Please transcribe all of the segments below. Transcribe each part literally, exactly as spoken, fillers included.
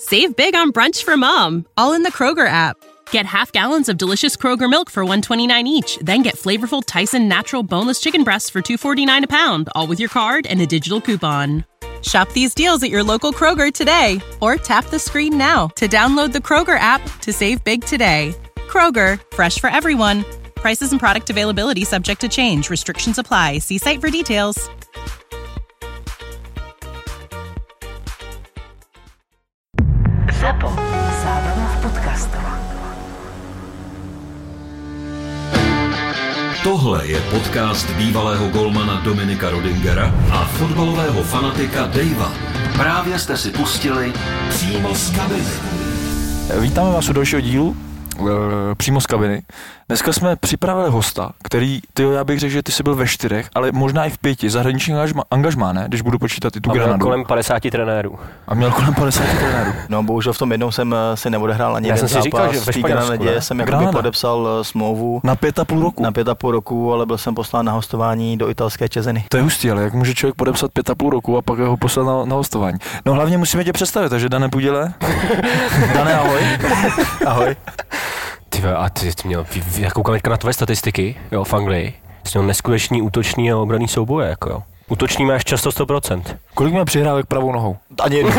Save big on brunch for mom, all in the Kroger app. Get half gallons of delicious Kroger milk for one dollar and twenty-nine cents each. Then get flavorful Tyson natural boneless chicken breasts for two dollars and forty-nine cents a pound, all with your card and a digital coupon. Shop these deals at your local Kroger today, or tap the screen now to download the Kroger app to save big today. Kroger, fresh for everyone. Prices and product availability subject to change. Restrictions apply. See site for details. Zapo. Zábrná v podcastovách. Tohle je podcast bývalého golmana Dominika Rodingera a fotbalového fanatika Davea. Právě jste si pustili Přímo z kabiny. Vítáme vás u dalšího dílu Přímo z kabiny. Dneska jsme připravili hosta, který, tyjo, já bych řekl, že ty jsi byl ve čtyřech, ale možná i v pěti zahraničních angažmá, angažmá, ne? Když budu počítat i tu Granadu. A měl kolem padesáti trenérů. A měl kolem padesáti trenérů. No bohužel v tom jednou jsem si neodehrál ani já jeden jsem si zápas. Říkal, že v té Granadě jsem jakoby podepsal smlouvu. Na pět a půl roku? Na pět a půl roku, ale byl jsem poslán na hostování do italské Ceseny. To je hustý, ale jak může člověk podepsat pět a půl roku a pak ho poslat na, na hostování? No hlavně musíme tě představit, takže Dane Puděle. Dane, ahoj. Ahoj. Ty, a ty, ty měl, já koukám na tvoje statistiky, jo, v Anglii. Jsi měl neskutečný útočný a obranný souboje, jako jo. Útočný máš často sto procent. Kolik měl přihrávek pravou nohou? Ani jednu.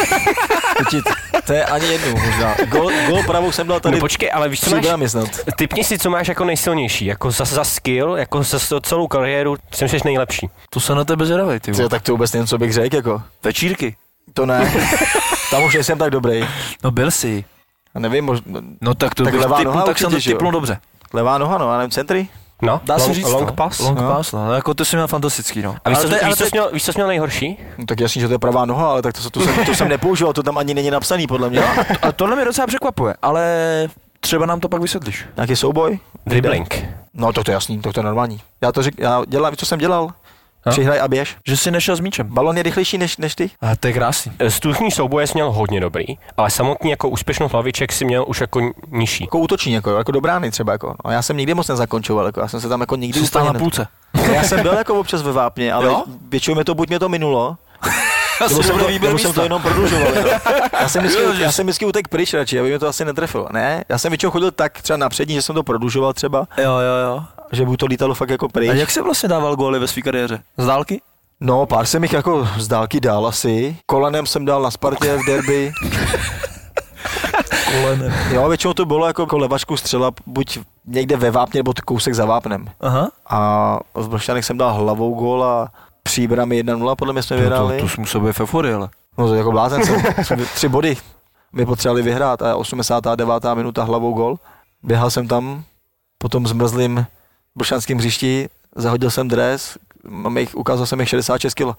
To je ani jednu možná. Gol, gol pravou jsem dal tady. No počkej, ale víš, co máš? Typni si, co máš jako nejsilnější, jako za, za skill, jako za celou kariéru, jsem jsi nejlepší. To se na tebe zvědavej, ty. Ty, tak to vůbec nevím, co bych řekl, jako. Večírky. To ne. Tam už nejsem tak dobrý. No byl jsi. A nevím, možná. No tak to tak bych levá typnu, noha tak jsem to typnul dobře. Levá noha, no, a nevím, centry. No, dá se říct, long no. pass. Long no. pass, no, jako to jsi měl fantastický, no. A víš, co, te, víš, te... co, měl, víš, co jsi měl nejhorší? No, tak jasně, že to je pravá noha, ale tak to, to, jsem, to jsem nepoužíval, to tam ani není napsaný, podle mě. No, a, to, a tohle mě docela překvapuje, ale třeba nám to pak vysvětlíš. Nějaký souboj? Dribbling. No, to, to je jasný, to, to je normální. Já to řík, já dělám, víš, co jsem dělal? No. Přihraj a běž. Že jsi nešel s míčem. Balon je rychlejší než, než ty. A to je krásný. Stůzní souboje jsi měl hodně dobrý, ale samotný jako úspěšnost hlaviček si měl už jako nižší. Jako útoční, jako, jako do brány třeba. Jako. No, já jsem nikdy moc nezakončoval, jako, já jsem se tam jako nikdy stál na půlce. Já jsem byl jako občas ve vápně, ale jo? Většinou mě to buď mě to minulo, nebo jsem, to, nebo jsem to jenom prodlužoval. Já jsem vždycky, já jsem vždycky utek pryč radši, aby mě to asi netrefilo. Ne, já jsem většinou chodil tak třeba na přední, že jsem to prodlužoval třeba. Jo, jo, jo. Že by to lítalo fakt jako pryč. A jak se vlastně dával góly ve své kariéře? Z dálky? No, pár jsem jich jako z dálky dal asi. Kolenem jsem dal na Spartě v derby. Kolenem. Jo, většinou to bylo jako, jako levačku střela, buď někde ve vápně, nebo kousek za vápnem. Aha. A v Blšťanech jsem dal hlavou gól a Příbrami jedna nula, podle mě jsme vyhráli. To, to, to musel být v euforii, ale. No to jako blázen jsem, tři body. My potřebovali vyhrát a osmdesátá devátá minuta hlavou gól. Běhal jsem tam, potom zmrzlým blšťanským hřišti, zahodil jsem dres, mám jich, ukázal jsem jich šedesát šest kilo.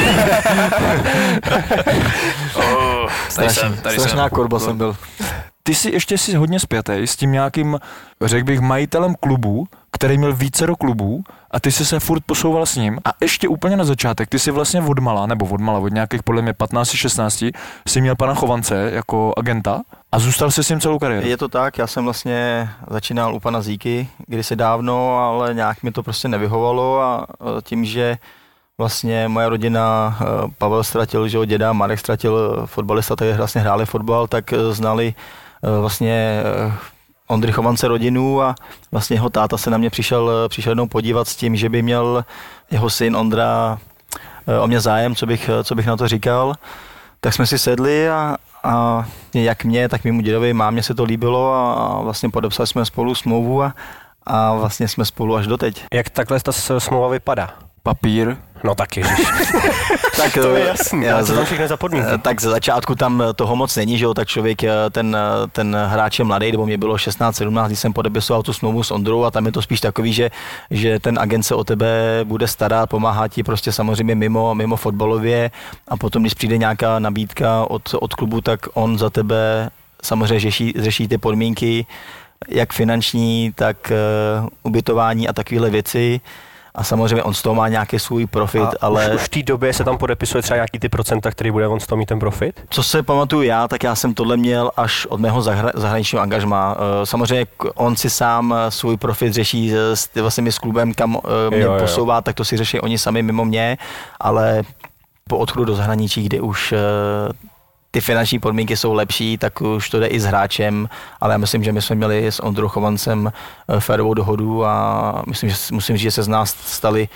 oh, Strašný, strašná korba jsem byl. Ty jsi ještě si hodně spjatej s tím nějakým, řekl bych, majitelem klubu, který měl vícero klubů a ty jsi se furt posouval s ním a ještě úplně na začátek, ty jsi vlastně odmala, nebo odmala, od nějakých podle mě patnáct šestnáct, jsi měl pana Chovance jako agenta a zůstal jsi s ním celou kariéru. Je to tak, já jsem vlastně začínal u pana Zíky kdysi dávno, ale nějak mi to prostě nevyhovalo a tím, že vlastně moje rodina, Pavel ztratil, že ho děda, Marek ztratil fotbalista, tak vlastně hráli fotbal, tak znali vlastně Ondry Chovance rodinu a vlastně jeho táta se na mě přišel, přišel jednou podívat s tím, že by měl jeho syn Ondra o mě zájem, co bych, co bych na to říkal. Tak jsme si sedli a, a jak mě, tak mému dědovi, mámě se to líbilo a vlastně podepsali jsme spolu smlouvu a, a vlastně jsme spolu až doteď. Jak takhle ta smlouva vypadá? Papír. No tak ježiš. Tak to je jasný, ale co tam všechno za podmínky? Tak ze začátku tam toho moc není, že jo, tak člověk, ten, ten hráč je mladý, nebo mě bylo šestnáct sedmnáct, když jsem podepisoval tu smlouvu s Ondrou a tam je to spíš takový, že, že ten agent se o tebe bude starat, pomáhá ti prostě samozřejmě mimo, mimo fotbalově a potom, když přijde nějaká nabídka od, od klubu, tak on za tebe samozřejmě řeší, řeší ty podmínky, jak finanční, tak uh, ubytování a takovéhle věci. A samozřejmě on z toho má nějaký svůj profit, a ale... Už, už v té době se tam podepisuje třeba nějaký ty procenta, který bude on z toho mít ten profit? Co se pamatuju já, tak já jsem tohle měl až od mého zahra- zahraničního angažmá. Samozřejmě on si sám svůj profit řeší s, vlastně s klubem, kam mě jo, posouvá, jo. Tak to si řeší oni sami mimo mě, ale po odchodu do zahraničí, kde už ty finanční podmínky jsou lepší, tak už to jde i s hráčem, ale já myslím, že my jsme měli s Ondrou Chovancem férovou dohodu a myslím, že musím říct, že se z nás stali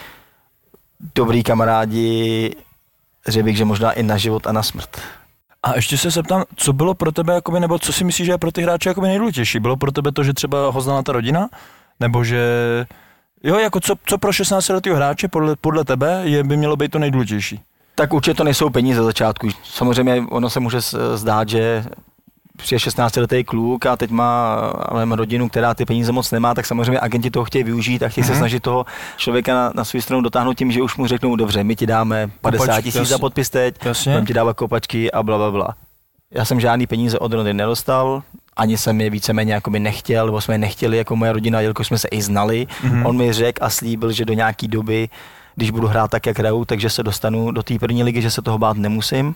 dobrý kamarádi, řekl bych, že možná i na život a na smrt. A ještě se zeptám, co bylo pro tebe, jakoby, nebo co si myslíš, že je pro ty hráče jakoby nejdůležitější? Bylo pro tebe to, že třeba ho znala ta rodina? Nebo že, jo, jako co, co pro šestnáctiletého hráče podle, podle tebe je, by mělo být to nejdůležitější? Tak určitě to nejsou peníze za začátku. Samozřejmě ono se může zdát, že přijde šestnáctiletý kluk a teď má, má rodinu, která ty peníze moc nemá, tak samozřejmě agenti toho chtějí využít a chtějí mm-hmm. se snažit toho člověka na, na svou stranu dotáhnout tím, že už mu řeknou, dobře, my ti dáme padesát tisíc za podpis teď, budeme ti dávat kopačky a bla, bla, bla. Já jsem žádný peníze od Rody nedostal, ani jsem je víceméně jakoby nechtěl, nebo jsme je nechtěli jako moje rodina, jelikož jsme se i znali. Mm-hmm. On mi řekl a slíbil, že do nějaký doby, když budu hrát tak, jak hraju, takže se dostanu do té první ligy, že se toho bát nemusím.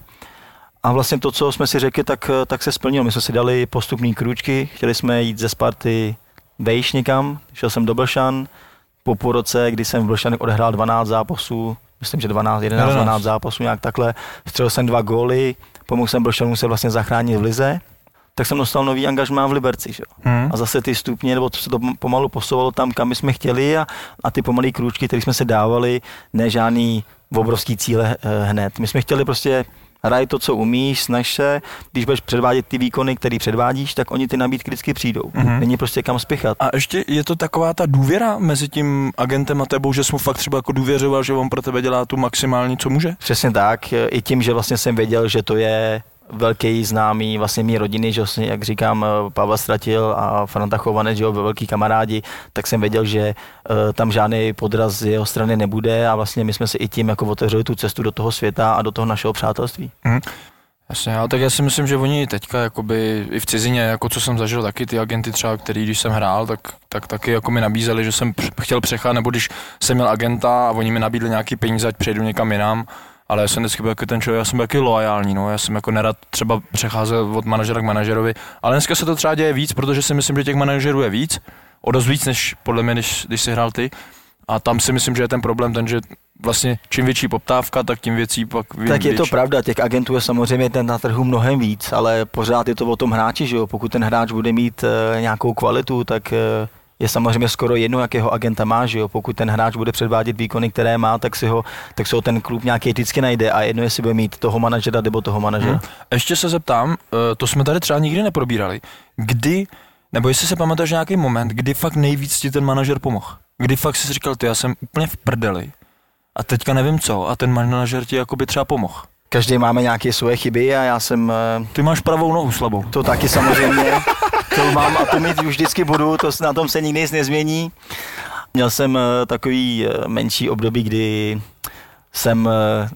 A vlastně to, co jsme si řekli, tak, tak se splnilo. My jsme si dali postupný krůčky, chtěli jsme jít ze Sparty vejš někam, šel jsem do Blšan, po půl roce, kdy jsem v Blšanech odehrál dvanáct zápasů, myslím, že dvanáct, jedenáct, dvanáct zápasů, nějak takhle, střelil jsem dva góly, pomohl jsem Blšanům se vlastně zachránit v lize, tak jsem dostal nový angažmá v Liberci. Že? Hmm. A zase ty stupně, nebo to se to pomalu posouvalo tam, kam my jsme chtěli a, a ty pomalý krůčky, které jsme se dávali, ne žádný obrovský cíle hned. My jsme chtěli prostě hraj to, co umíš, snaž se, když budeš předvádět ty výkony, který předvádíš, tak oni ty nabídky vždycky přijdou. Mm-hmm. Není prostě kam spěchat. A ještě je to taková ta důvěra mezi tím agentem a tebou, že jsi mu fakt třeba jako důvěřoval, že on pro tebe dělá tu maximální, co může? Přesně tak. I tím, že vlastně jsem věděl, že to je velký známý vlastně mý rodiny, že vlastně, jak říkám, Pavel Stratil a Franta Chovanec, že jo, velký kamarádi, tak jsem věděl, že uh, tam žádný podraz z jeho strany nebude a vlastně my jsme si i tím jako otevřeli tu cestu do toho světa a do toho našeho přátelství. Hmm. Jasně, ale tak já si myslím, že oni teďka jakoby i v cizině, jako co jsem zažil taky ty agenty třeba, který když jsem hrál, tak, tak taky jako mi nabízeli, že jsem chtěl přecházet, nebo když jsem měl agenta a oni mi nabídli nějaký peníze, ať přejdu někam jinam. Ale já jsem vždycky byl jako ten člověk, já jsem byl taky loajální, no, já jsem jako nerad třeba přecházel od manažera k manažerovi, ale dneska se to třeba děje víc, protože si myslím, že těch manažerů je víc, o dost víc, než podle mě, když, když si hrál ty. A tam si myslím, že je ten problém ten, že vlastně čím větší poptávka, tak tím věcí pak víc. Tak je to pravda, těch agentů je samozřejmě ten na trhu mnohem víc, ale pořád je to o tom hráči, že jo, pokud ten hráč bude mít e, nějakou kvalitu, tak e, je samozřejmě skoro jedno, jakého agenta má, že jo. Pokud ten hráč bude předvádět výkony, které má, tak si ho, tak si ho ten klub nějaký eticky najde a jedno, jestli bude mít toho manažera nebo toho manažera. Hmm. Ještě se zeptám, to jsme tady třeba nikdy neprobírali, kdy, nebo jestli se pamatuješ nějaký moment, kdy fakt nejvíc ti ten manažer pomohl? Kdy fakt jsi říkal, ty, já jsem úplně v prdeli a teďka nevím co a ten manažer ti jakoby třeba pomohl? Každý máme nějaké svoje chyby a já jsem... Ty máš pravou nohu slabou. To taky samozřejmě. To mám a to mít už vždycky budu, to na tom se nikdy nic nezmění. Měl jsem takový menší období, kdy jsem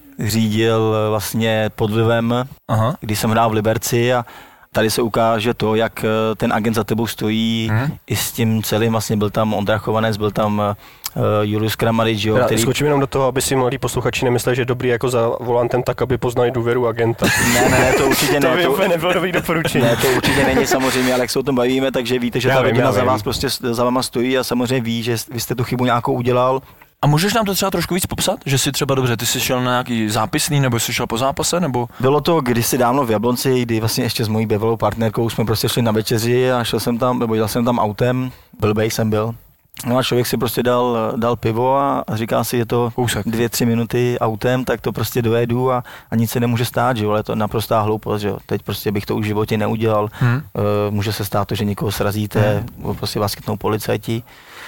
řídil vlastně pod vlivem, Aha. když jsem hrál v Liberci a tady se ukáže to, jak ten agent za tebou stojí hmm. i s tím celým, vlastně byl tam Ondra Chovanec, byl tam uh, Julius Kramarič, jo, který... Skočím jenom do toho, aby si mladí posluchači nemysleli, že je dobrý jako za volantem tak, aby poznali důvěru agenta. Ne, ne, ne, to určitě ne. To by nebylo dobrý doporučení. Ne, to určitě není samozřejmě, ale jak se o tom bavíme, takže víte, že já ta vím, rodina za vás prostě za váma stojí a samozřejmě ví, že vy jste tu chybu nějakou udělal. A můžeš nám to třeba trošku víc popsat? Že si třeba dobře, ty jsi šel na nějaký zápisný, nebo jsi šel po zápase, nebo? Bylo to kdysi dávno v Jablonci, kdy vlastně ještě s mojí bývalou partnerkou jsme prostě šli na večeři a šel jsem tam, nebo jel jsem tam autem, blbej jsem byl. No a člověk si prostě dal, dal pivo a říká si, je to Kousek. dvě, tři minuty autem, tak to prostě dojedu a, a nic se nemůže stát, že jo, ale to je naprostá hloupost, že jo. Teď prostě bych to už v životě neudělal, hmm. uh, může se stát to, že někoho srazíte, hmm. prostě vás chytnou policajti.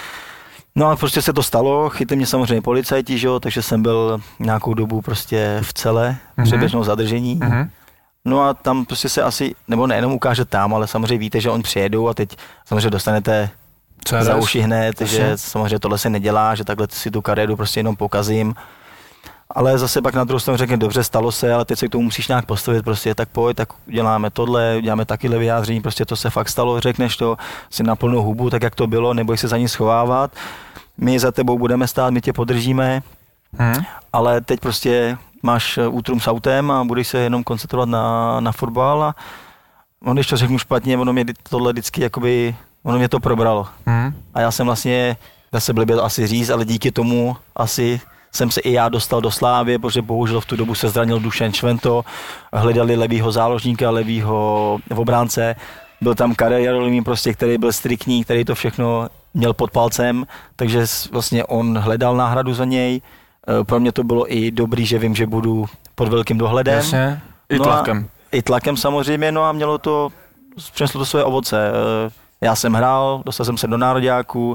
No a prostě se to stalo, chytli mě samozřejmě policajti, že jo, takže jsem byl nějakou dobu prostě v cele, mm-hmm. předběžnou zadržení. Mm-hmm. No a tam prostě se asi, nebo nejenom ukáže tam, ale samozřejmě víte, že oni přijedou a teď samozřejmě dostanete C R S za uši hned, Asi. že samozřejmě tohle se nedělá, že takhle si tu kariéru prostě jenom pokazím. Ale zase pak na druhou stranu řekne, dobře, stalo se, ale teď se k tomu musíš nějak postavit, prostě tak pojď, tak děláme tohle, děláme takyhle vyjádření, prostě to se fakt stalo, řekneš to si na plnou hubu, tak jak to bylo, neboj se za ní schovávat. My za tebou budeme stát, my tě podržíme, hmm. ale teď prostě máš útrum s autem a budeš se jenom koncentrovat na, na fotbal a on, když to řeknu špatně, ono mě tohle vždycky jakoby, ono mě to probralo. Hmm. A já jsem vlastně, zase blbě to asi říct, ale díky tomu asi jsem se i já dostal do Slávie, protože bohužel v tu dobu se zranil Dušan Švento, hledali levýho záložníka, levýho obránce, byl tam Karel Jarolímý, prostě, který byl striktní, který to všechno měl pod palcem, takže vlastně on hledal náhradu za něj. Pro mě to bylo i dobrý, že vím, že budu pod velkým dohledem. Jasně, i tlakem. No I tlakem samozřejmě, no a mělo to, přineslo to své ovoce. Já jsem hrál, dostal jsem se do nároďáků,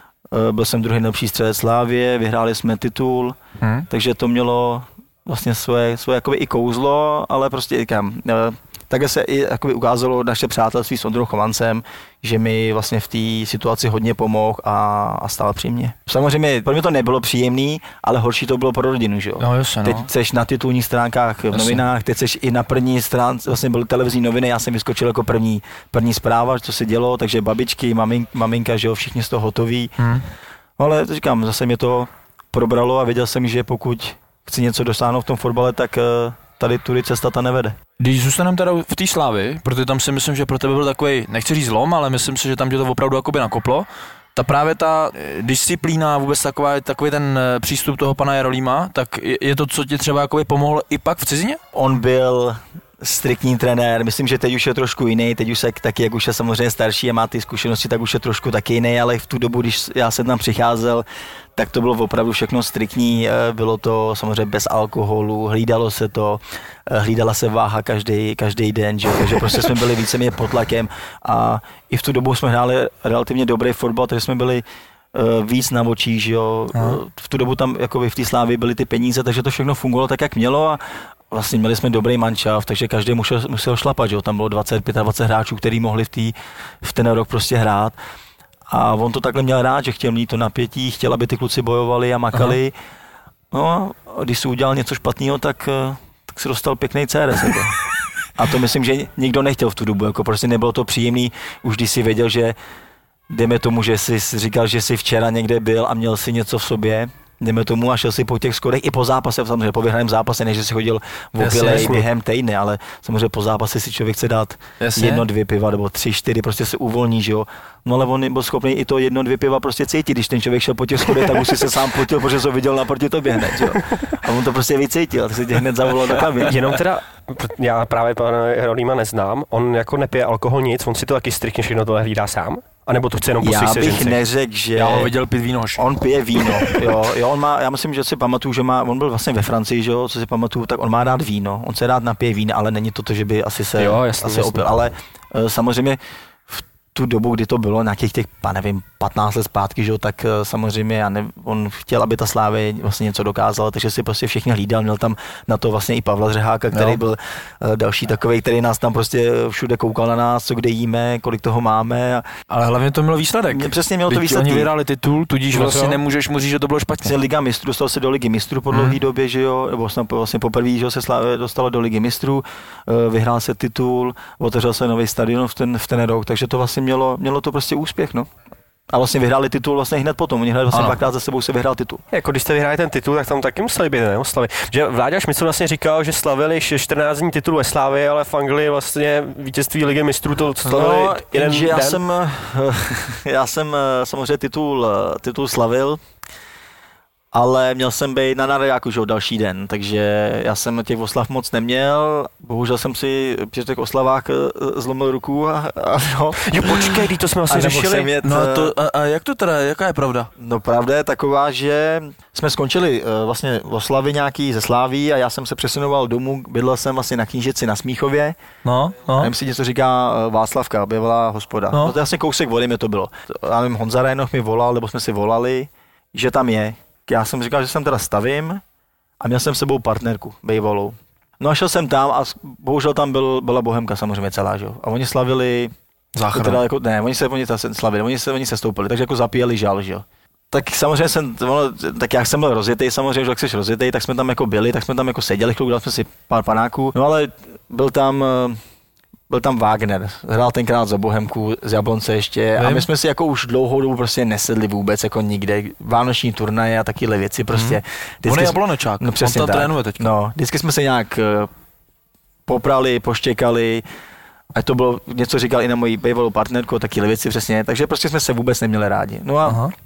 byl jsem druhý nejlepší střelec Slávie, vyhráli jsme titul, hmm. takže to mělo vlastně svoje, svoje jakoby i kouzlo, ale prostě říkám, takhle se i jakoby ukázalo naše přátelství s Ondrou Chovancem, že mi vlastně v té situaci hodně pomohl a, a stál při mě. Samozřejmě pro mě to nebylo příjemný, ale horší to bylo pro rodinu, že jo. No, jasně, no. Teď seš na titulních stránkách v jasně. novinách, teď seš i na první stránce, vlastně byly televizní noviny, já jsem vyskočil jako první, první zpráva, co se dělo, takže babičky, mamin, maminka, že jo, všichni z toho hotoví. Hmm. Ale to říkám, zase mě to probralo a věděl jsem, že pokud chci něco dosáhnout v tom fotbale, tak tady tudy cesta ta nevede. Když zůstaneme teda v té Slávy, protože tam si myslím, že pro tebe byl takový, nechci říct zlom, ale myslím si, že tam tě to opravdu jakoby nakoplo. Ta právě ta disciplína, vůbec taková, takový ten přístup toho pana Jarolíma, tak je to, co ti třeba jakoby pomohlo i pak v cizině? On byl striktní trenér, myslím, že teď už je trošku jiný, teď už se taky, jak už je samozřejmě starší a má ty zkušenosti, tak už je trošku taky jiný, ale v tu dobu, když já jsem tam přicházel, tak to bylo opravdu všechno striktní, bylo to samozřejmě bez alkoholu, hlídalo se to, hlídala se váha každý, každý den, že? Takže prostě jsme byli víceméně pod tlakem a i v tu dobu jsme hráli relativně dobrý fotbal, takže jsme byli víc na očích, že jo. V tu dobu tam jakoby v té Slávii byly ty peníze, takže to všechno fungovalo tak, jak mělo a vlastně měli jsme dobrý manšaft, takže každý musel, musel šlapat, že jo. Tam bylo dvacet pět dvacet hráčů, kteří mohli v, tý, v ten rok prostě hrát. A on to takhle měl rád, že chtěl mít to napětí, chtěl, aby ty kluci bojovali a makali. Aha. No a když si udělal něco špatného, tak, tak si dostal pěkný C R S. Jako. A to myslím, že nikdo nechtěl v tu dobu, jako prostě nebylo to příjemný, už když si věděl, že dejme tomu, že jsi říkal, že jsi včera někde byl a měl si něco v sobě, jdeme tomu a šel si po těch schodech i po zápase, samozřejmě po vyhraném zápase, než že si chodil v opilej během týdne, ale samozřejmě po zápase si člověk chce dát jasně. jedno, dvě piva nebo tři, čtyři, prostě se uvolní, že jo. No ale on byl schopný i to jedno, dvě piva prostě cítit, když ten člověk šel po těch schodech, tak už si se sám potil, protože jsi ho viděl naproti tobě hned, že jo. A on to prostě vycítil, tak se tě hned zavolal do kabiny. Jenom teda, já právě pana Jarolíma neznám, on jako nepije alkohol nic, on si to taky striktně všechno tohle hlídá sám? A nebo to chce jenom po svých Já bych neřekl, že... Já ho viděl pít víno. On pije víno, jo, jo, on má, já myslím, že si pamatuju, že má, on byl vlastně ve Francii, že jo, co si pamatuju, tak on má rád víno, on se rád napije vína, ale není to to, že by asi se, jo, jasný, asi opil, ale uh, samozřejmě v tu dobu, kdy to bylo, nějakých těch, nevím, patnáct let zpátky, že jo, tak uh, samozřejmě já ne, on chtěl, aby ta Slávy vlastně něco dokázala, takže si prostě všichni hlídal, měl tam na to vlastně i Pavla Řeháka, který jo. byl uh, další takovej, který nás tam prostě všude koukal na nás, co kde jíme, kolik toho máme. A... Ale hlavně to mělo výsledek. Mě přesně mělo to výsledek. Oni vyhráli titul, tudíž no vlastně to... nemůžeš mu říct, že to bylo špatně. Liga mistrů, dostal se do Ligy mistrů po dlouhé hmm. době, že jo, nebo vlastně poprvé, že jo, se Slávy dostalo do Ligy mistrů, uh, vyhrál se titul, otevřel se nový stadion v ten, v ten rok, takže to vlastně mělo, mělo to prostě úspěch, no. A vlastně vyhráli titul vlastně hned potom, oni hráli vlastně dvakrát za sebou se vyhrál titul. Jako když jste vyhráli ten titul, tak tam taky museli být, ne? Oslavy. Že Vláďa Šmicl vlastně říkal, že slavili čtrnáct dní titul ve Slávii, ale v Anglii vlastně vítězství Ligy mistrů to slavili no, jeden den. Já jsem, já jsem samozřejmě titul, titul slavil, ale měl jsem být na nároďáku, že další den, takže já jsem těch oslav moc neměl, bohužel jsem si při těch oslavách zlomil ruku a, a no. Jo, počkej, to jsme vlastně řešili. Jet, no to, a, a jak to teda, jaká je pravda? No pravda je taková, že jsme skončili uh, vlastně oslavy nějaký ze Sláví a já jsem se přesunoval domů, bydlel jsem vlastně na Knížeci na Smíchově. No, no. Nevím si něco říká uh, Václavka, bývalá hospoda. No. no to je vlastně kousek vody mi to bylo. Já nevím, Honza Rajnoch mi volal, nebo jsme si volali, že tam je. Já jsem říkal, že jsem teda stavím a měl jsem s sebou partnerku, bejvolou. No a šel jsem tam a bohužel tam byl, byla Bohemka samozřejmě celá, že jo. A oni slavili... Teda jako, ne, oni se, oni se slavili, oni se, oni se stoupili, takže jako zapíjeli žal, že jo. Tak samozřejmě jsem, tak jak jsem byl rozjetej, samozřejmě, že jak jsi rozjetej, tak jsme tam jako byli, tak jsme tam jako seděli, chvíli, dali jsme si pár panáků, no ale byl tam... Byl tam Wagner, hrál tenkrát za Bohemku z Jablonce ještě a my jsme si jako už dlouhou dobu prostě nesedli vůbec jako nikde, vánoční turnaje a takovéhle věci prostě. Hmm. On je Jablonečák, no, on to trénuje teď. No, vždycky jsme se nějak poprali, poštěkali, a to bylo, něco říkal i na moji bývalou partnerku, takovéhle věci přesně, takže prostě jsme se vůbec neměli rádi. No a Aha.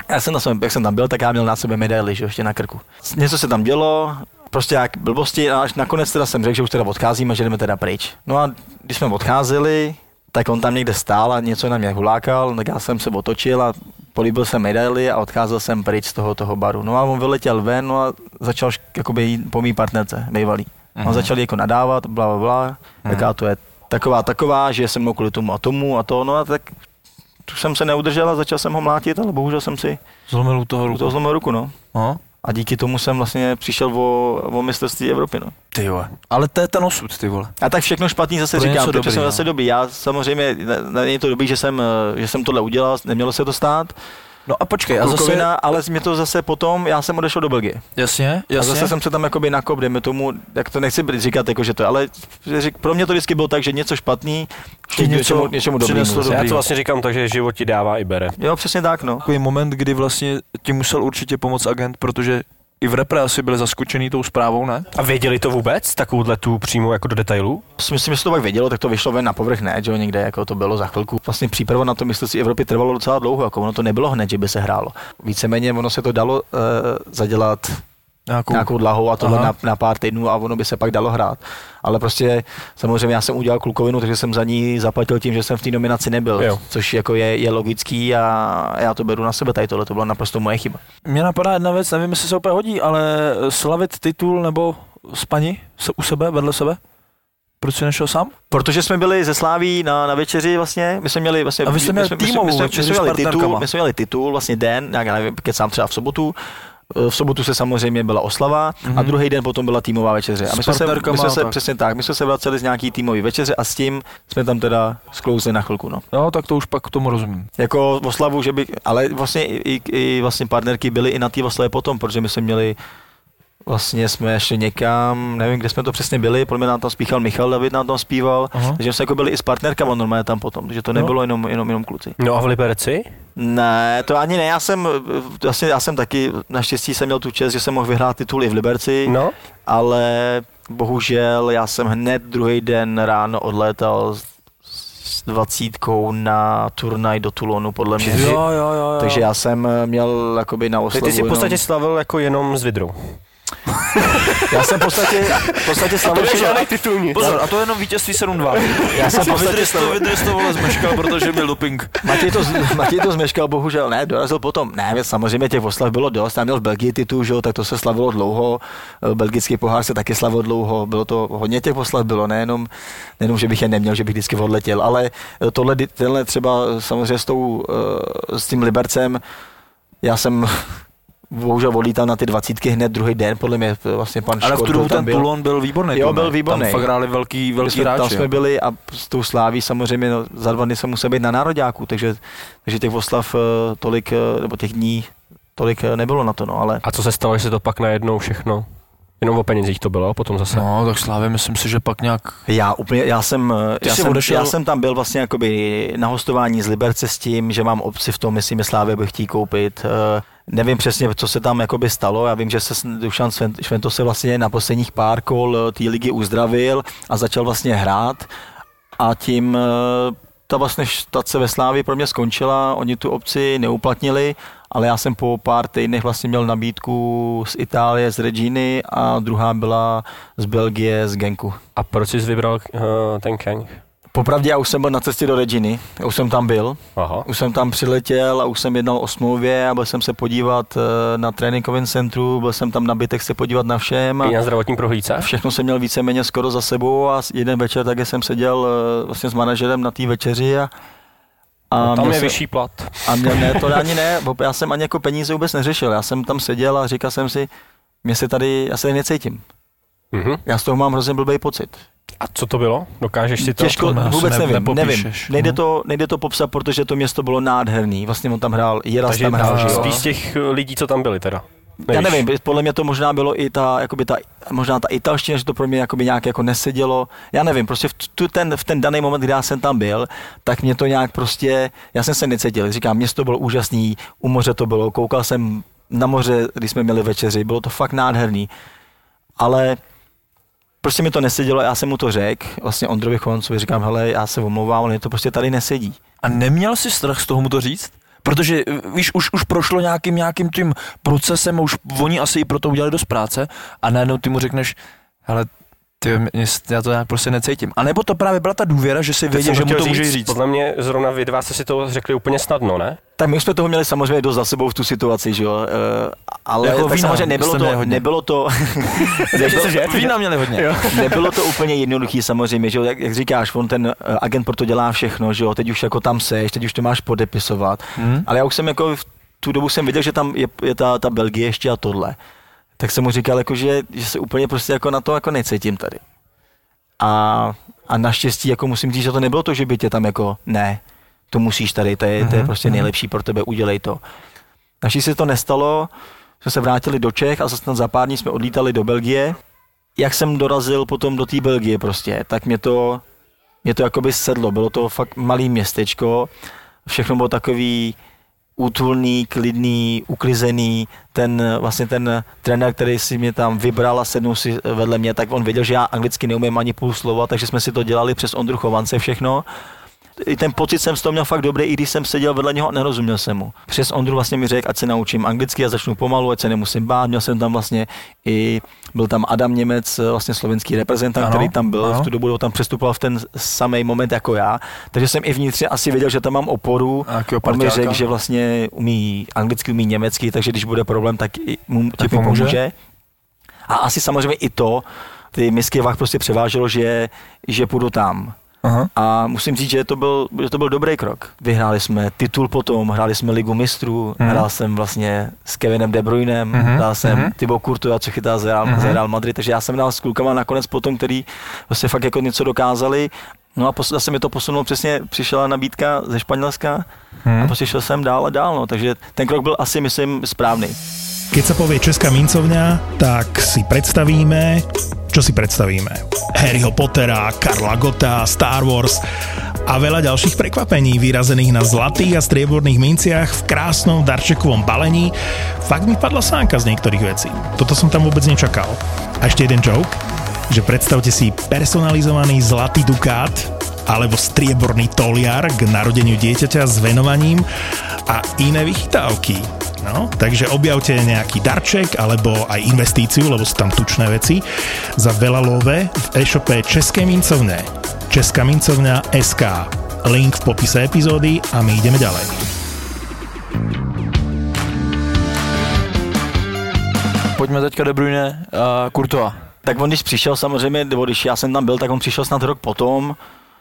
Já jsem, tam, jak jsem tam byl, tak já měl na sebe medaili, že ještě na krku. Něco se tam dělo, prostě jak blbosti a až nakonec teda jsem řekl, že už teda odcházíme, že jdeme teda pryč. No a když jsme odcházeli, tak on tam někde stál a něco na mě hulákal, tak já jsem se otočil a políbil jsem medaili a odcházel jsem pryč z toho, toho baru. No a on vyletěl ven no a začal jakoby jít po mý partnerce, bývalý. Mm-hmm. On začal jako nadávat, bla, bla, bla, mm-hmm. jaká to je taková, taková, že je se mnou kvůli tomu a tomu a to, no a tak tu jsem se neudržel a začal jsem ho mlátit, ale bohužel jsem si zlomil u toho ruku. U toho zlomil ruku, no. Aha. A díky tomu jsem vlastně přišel o, o mistrovství Evropy, no. Ty vole. Ale to je ten osud, ty vole. A tak všechno špatný zase to říkám, protože jsem zase dobrý. Já samozřejmě, není to dobrý, že jsem, že jsem tohle udělal, nemělo se to stát. No a počkej, a zase... zase... ale mě to zase potom, já jsem odešel do Belgie. Jasně, jasně. A zase jsem se tam jakoby nakop, dejme tomu, jak to nechci říkat, jako, že to, ale pro mě to vždycky bylo tak, že něco špatný, ti něco něčemu, něčemu dobrýmu. Já to vlastně říkám tak, že život ti dává i bere. Jo, přesně tak, no. Takový moment, kdy vlastně ti musel určitě pomoct agent, protože i v repre asi byli zaskočený tou zprávou, ne? A věděli to vůbec, takovouhle tu přímo jako do detailu? Myslím, že se to tak vědělo, tak to vyšlo ven na povrch, ne, že jo, někde, jako to bylo za chvilku. Vlastně příprava na to mistrovství Evropy trvalo docela dlouho, jako ono to nebylo hned, že by se hrálo. Víceméně ono se to dalo uh, zadělat nějakou, nějakou dlahou a tohle na, na pár týdnů a ono by se pak dalo hrát. Ale prostě samozřejmě já jsem udělal klukovinu, takže jsem za ní zaplatil tím, že jsem v té nominaci nebyl, jo. Což jako je, je logický a já to beru na sebe, tady tohle to byla naprosto moje chyba. Mně napadá jedna věc, nevím, jestli se úplně hodí, ale slavit titul nebo spaní se u sebe, vedle sebe? Proč jsi nešel sám? Protože jsme byli ze Sláví na, na večeři vlastně, my jsme měli vlastně... A vy jste měli týmovou večeři s partnerkama. My jsme měli titul, vlastně den, já nevím, kecám třeba v sobotu, v sobotu se samozřejmě byla oslava mm-hmm. a druhý den potom byla týmová večeře. A my jsme se, my jsme se přesně tak, my jsme se vraceli z nějaký týmový večeře a s tím jsme tam teda sklouzli na chvilku, no. Jo, tak to už pak k tomu rozumím. Jako oslavu, že by, ale vlastně i, i vlastně partnerky byly i na té oslavě potom, protože my jsme měli vlastně jsme šli někam, nevím, kde jsme to přesně byli, podle mě nám tam spíchal Michal David, nám tam zpíval, aha. Takže jsme jako byli i s partnerkama normálně tam potom, takže to nebylo no. jenom, jenom, jenom kluci. No a v Liberci? Ne, to ani ne, já jsem, vlastně já jsem taky, naštěstí jsem měl tu čest, že jsem mohl vyhrát titul i v Liberci, no. Ale bohužel já jsem hned druhý den ráno odlétal s dvacítkou na turnaj do Toulonu, podle mě. Jo, jo, jo, jo. Takže já jsem měl jakoby na oslavu. Ty jsi v podstatě jenom... slavil jako jenom s Vidrou. Já jsem v podstatě, v podstatě slavil žádný titulní. Pozor, a to je jenom vítězství sedm dva. Já jsem v podstatě slavil. Vydrž to vole zmeškal, protože byl doping. Matěj to, Matěj to zmeškal, bohužel, ne, dorazil potom. Ne, samozřejmě těch oslav bylo dost, tam měl v Belgii titul, že, tak to se slavilo dlouho. Belgický pohár se taky slavil dlouho, bylo to, hodně těch oslav bylo, nejenom, nejenom, že bych je neměl, že bych vždycky odletěl, ale tohle, tenhle třeba samozřejmě s, tou, s tím Libercem, já jsem bohužel odlítal na ty dvacítky hned druhý den, podle mě vlastně pan Škod. Ale v tu dobu ten Toulon byl výborný. Jo, byl výborný. Tam fakt hráli velký, velký hráči. Tam jsme byli a s tou Sláví samozřejmě no, za dva dny jsem musel být na nároďáku, takže, takže těch oslav tolik, nebo těch dní tolik nebylo na to, no, ale... A co se stalo, že se to pak najednou všechno? Jenom o penězích to bylo, potom zase. No, tak Slávě, myslím si, že pak nějak... Já úplně, já jsem, já jsem, odešel... já jsem tam byl vlastně jakoby na hostování z Liberce s tím, že mám obci v tom, myslím, že Slávě bych chtěl koupit. Nevím přesně, co se tam jakoby stalo. Já vím, že se Dušan Švento se vlastně na posledních pár kol té ligy uzdravil a začal vlastně hrát. A tím ta vlastně štace ve Slávii pro mě skončila, oni tu opci neuplatnili, ale já jsem po pár týdnech vlastně měl nabídku z Itálie, z Reginy a druhá byla z Belgie, z Genku. A proč jsi vybral uh, ten Genk? Popravdě já už jsem byl na cestě do Reginy, já už jsem tam byl, Aha. Už jsem tam přiletěl a už jsem jednal o smlouvě a byl jsem se podívat na tréninkovém centru, byl jsem tam na bytech se podívat na všem. I na zdravotní prohlídce? Všechno jsem měl víceméně skoro za sebou a jeden večer také jsem seděl vlastně s manažerem na té večeři a A no, tam je se, vyšší plat. A mě ne, to ani ne, já jsem ani jako peníze vůbec neřešil, já jsem tam seděl a říkal jsem si, mě se tady, já se tady necítím. Mm-hmm. Já z toho mám hrozně blbý pocit. A co to bylo? Dokážeš si to? Těžko, to vůbec ne, nevím, nevím. Nejde, no. to, nejde to popsat, protože to město bylo nádherný, vlastně on tam hrál, Jiras tam hrál, že jo. Spíš těch lidí, co tam byli teda. Nevíš. Já nevím, podle mě to možná bylo i ta, jakoby ta, možná ta italština, že to pro mě jakoby nějak jako nesedělo. Já nevím, prostě v, tu, ten, v ten daný moment, kdy já jsem tam byl, tak mě to nějak prostě, já jsem se necítil. Říkám, město bylo úžasný, u moře to bylo, koukal jsem na moře, když jsme měli večeři, bylo to fakt nádherný. Ale prostě mi to nesedělo, já jsem mu to řekl, vlastně Ondrovi Chovancovi říkám, hele, já se omlouvám, ale mě to prostě tady nesedí. A neměl jsi strach z toho mu to říct? Protože víš, už, už prošlo nějakým, nějakým tím procesem, už oni asi i proto udělali dost práce a najednou ty mu řekneš, hele, ty, já to nějak prostě necítím. A nebo to právě byla ta důvěra, že si věděl, že mu to můžeš říct. Podle mě zrovna vy dva jste si to řekli úplně snadno, ne? Tak my jsme toho měli samozřejmě dost za sebou v tu situaci, že jo, uh, ale jako tak vína, samozřejmě nebylo to, nebylo to, nebylo, vína měli hodně. Nebylo to úplně jednoduchý samozřejmě, že jo, jak, jak říkáš, on ten uh, agent proto dělá všechno, že jo, teď už jako tam seš, teď už to máš podepisovat, hmm. ale já už jsem jako v tu dobu jsem viděl, že tam je, je ta, ta Belgie ještě a tohle, tak jsem mu říkal, jako, že, že se úplně prostě jako na to jako necítím tady. A, a naštěstí jako musím říct, že to nebylo to, že by tě tam jako ne, to musíš tady, to je, to je prostě nejlepší pro tebe, udělej to. Naštěstí se to nestalo, jsme se vrátili do Čech a zase za pár dní jsme odlítali do Belgie. Jak jsem dorazil potom do té Belgie prostě, tak mě to, mě to jakoby sedlo, bylo to fakt malý městečko, všechno bylo takový útulný, klidný, uklizený, ten vlastně ten trenér, který si mě tam vybral a sednul si vedle mě, tak on věděl, že já anglicky neumím ani půl slova, takže jsme si to dělali přes Ondru Chovance všechno. I ten pocit jsem z toho měl fakt dobrý, i když jsem seděl vedle něho a nerozuměl jsem mu. Přes Ondru vlastně mi řekl, ať se naučím anglicky a začnu pomalu, ať se nemusím bát. Měl jsem tam vlastně i, byl tam Adam Němec, vlastně slovenský reprezentant, ano, který tam byl, ano. V tu dobu tam přestupoval v ten samý moment jako já. Takže jsem i vnitřně asi věděl, že tam mám oporu. On mi řekl, že vlastně umí anglicky, umí německy, takže když bude problém, tak, i mu, tak mi pomůže. A asi samozřejmě i to, ty misky vah prostě převáželo, že, že půjdu tam. Aha. A musím říct, že to, byl, že to byl dobrý krok. Vyhráli jsme titul potom, hráli jsme Ligu mistrů, hmm. hrál jsem vlastně s Kevinem De Bruynem, hmm. hrál jsem hmm. Thibaut Courtois, co chytá za Real, hmm. Real Madrid, takže já jsem hrál s klukama nakonec potom, který vlastně fakt jako něco dokázali. No a zase mi to posunulo, přesně přišla nabídka ze Španělska hmm. a prostě šel jsem dál a dál, no, takže ten krok byl asi, myslím, správný. Keď sa povie Česká mincovňa, tak si predstavíme, čo si predstavíme. Harryho Pottera, Karla Gotta, Star Wars a veľa ďalších prekvapení vyrazených na zlatých a strieborných minciach v krásnom darčekovom balení. Fakt mi padla sánka z niektorých vecí. Toto som tam vôbec nečakal. A ešte jeden joke, že predstavte si personalizovaný zlatý dukát alebo strieborný toliar k narodeniu dieťaťa s venovaním a iné vychytávky. No, takže objavte nejaký darček alebo aj investíciu, lebo sú tam tučné veci za veľa love v e-shope České mincovne. Česká mincovňa bodka es ká. Link v popise epizódy a my ideme ďalej. Pojďme teďka De Bruyne a Courtois. Tak on když přišel samozřejmě, nebo když já jsem tam byl, tak on přišel snad rok potom